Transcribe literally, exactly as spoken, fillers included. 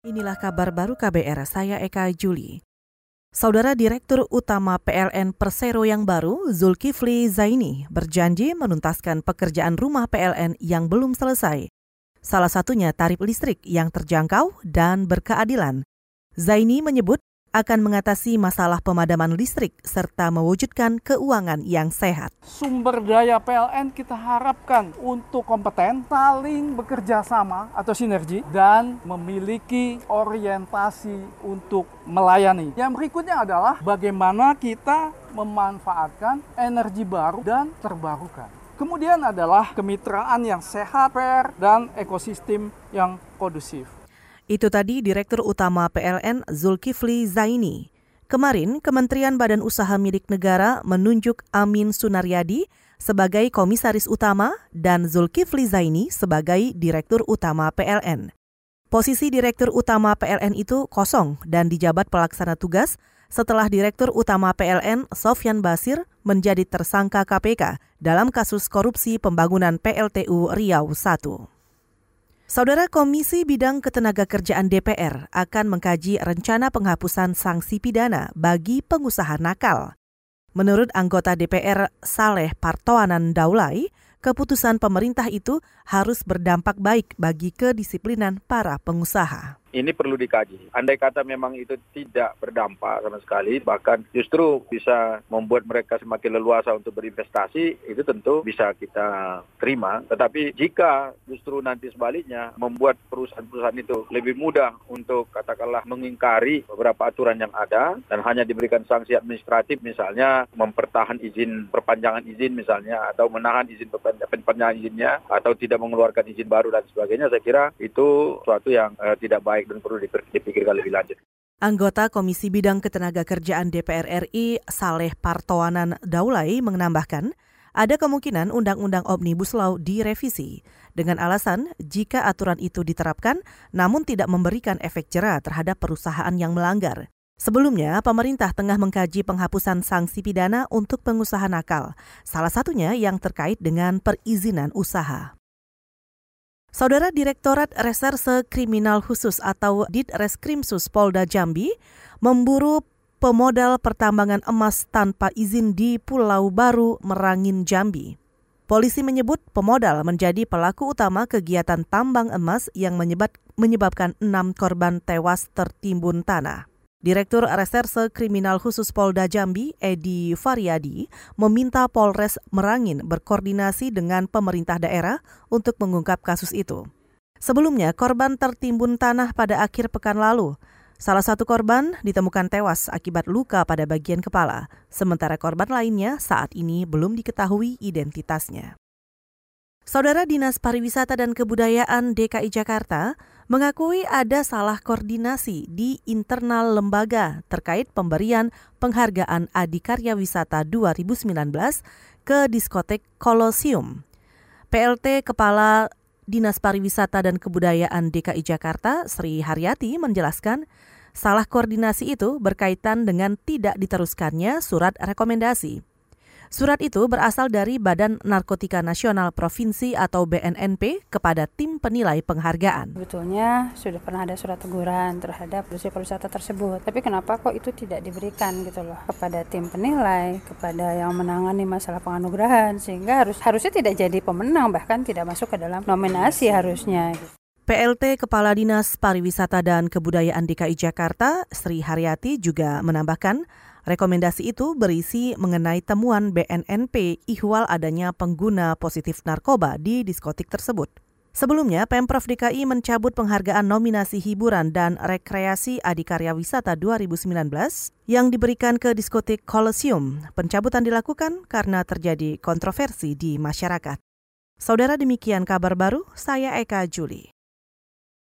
Inilah kabar baru K B R, saya Eka Juli. Saudara Direktur Utama P L N Persero yang baru, Zulkifli Zaini, berjanji menuntaskan pekerjaan rumah P L N yang belum selesai. Salah satunya tarif listrik yang terjangkau dan berkeadilan. Zaini menyebut akan mengatasi masalah pemadaman listrik serta mewujudkan keuangan yang sehat. Sumber daya P L N kita harapkan untuk kompeten, saling bekerja sama atau sinergi, dan memiliki orientasi untuk melayani. Yang berikutnya adalah bagaimana kita memanfaatkan energi baru dan terbarukan. Kemudian adalah kemitraan yang sehat, fair, dan ekosistem yang kondusif. Itu tadi Direktur Utama P L N Zulkifli Zaini. Kemarin, Kementerian Badan Usaha Milik Negara menunjuk Amin Sunaryadi sebagai Komisaris Utama dan Zulkifli Zaini sebagai Direktur Utama P L N. Posisi Direktur Utama P L N itu kosong dan dijabat pelaksana tugas setelah Direktur Utama P L N Sofyan Basir menjadi tersangka K P K dalam kasus korupsi pembangunan P L T U Riau satu. Saudara Komisi Bidang Ketenagakerjaan D P R akan mengkaji rencana penghapusan sanksi pidana bagi pengusaha nakal. Menurut anggota D P R Saleh Partoanan Daulay, keputusan pemerintah itu harus berdampak baik bagi kedisiplinan para pengusaha. Ini perlu dikaji. Andai kata memang itu tidak berdampak sama sekali, bahkan justru bisa membuat mereka semakin leluasa untuk berinvestasi, itu tentu bisa kita terima. Tetapi jika justru nanti sebaliknya membuat perusahaan-perusahaan itu lebih mudah untuk katakanlah mengingkari beberapa aturan yang ada dan hanya diberikan sanksi administratif, misalnya mempertahan izin perpanjangan izin misalnya, atau menahan izin perpanjangan izinnya, atau tidak mengeluarkan izin baru dan sebagainya, saya kira itu suatu yang eh, tidak baik dan perlu dipikirkan lebih lanjut. Anggota Komisi Bidang Ketenagakerjaan D P R R I Saleh Partoanan Daulay menambahkan, ada kemungkinan Undang-Undang Omnibus Law direvisi dengan alasan jika aturan itu diterapkan namun tidak memberikan efek jera terhadap perusahaan yang melanggar. Sebelumnya, pemerintah tengah mengkaji penghapusan sanksi pidana untuk pengusaha nakal, salah satunya yang terkait dengan perizinan usaha. Saudara Direktorat Reserse Kriminal Khusus atau Ditreskrimsus Polda Jambi memburu pemodal pertambangan emas tanpa izin di Pulau Baru, Merangin, Jambi. Polisi menyebut pemodal menjadi pelaku utama kegiatan tambang emas yang menyebab, menyebabkan enam korban tewas tertimbun tanah. Direktur Reserse Kriminal Khusus Polda Jambi, Edi Faryadi, meminta Polres Merangin berkoordinasi dengan pemerintah daerah untuk mengungkap kasus itu. Sebelumnya, korban tertimbun tanah pada akhir pekan lalu. Salah satu korban ditemukan tewas akibat luka pada bagian kepala, sementara korban lainnya saat ini belum diketahui identitasnya. Saudara Dinas Pariwisata dan Kebudayaan D K I Jakarta mengakui ada salah koordinasi di internal lembaga terkait pemberian penghargaan Adikarya Wisata dua ribu sembilan belas ke diskotek Colosseum. P L T Kepala Dinas Pariwisata dan Kebudayaan D K I Jakarta, Sri Haryati, menjelaskan salah koordinasi itu berkaitan dengan tidak diteruskannya surat rekomendasi. Surat itu berasal dari Badan Narkotika Nasional Provinsi atau B N N P kepada tim penilai penghargaan. Sebetulnya sudah pernah ada surat teguran terhadap industri pariwisata tersebut. Tapi kenapa kok itu tidak diberikan gitu loh kepada tim penilai, kepada yang menangani masalah penganugerahan, sehingga harus harusnya tidak jadi pemenang, bahkan tidak masuk ke dalam nominasi harusnya. P L T Kepala Dinas Pariwisata dan Kebudayaan D K I Jakarta, Sri Haryati, juga menambahkan rekomendasi itu berisi mengenai temuan B N N P ihwal adanya pengguna positif narkoba di diskotik tersebut. Sebelumnya, Pemprov D K I mencabut penghargaan nominasi hiburan dan rekreasi Adikarya Wisata dua ribu sembilan belas yang diberikan ke diskotik Colosseum. Pencabutan dilakukan karena terjadi kontroversi di masyarakat. Saudara, demikian kabar baru, saya Eka Juli.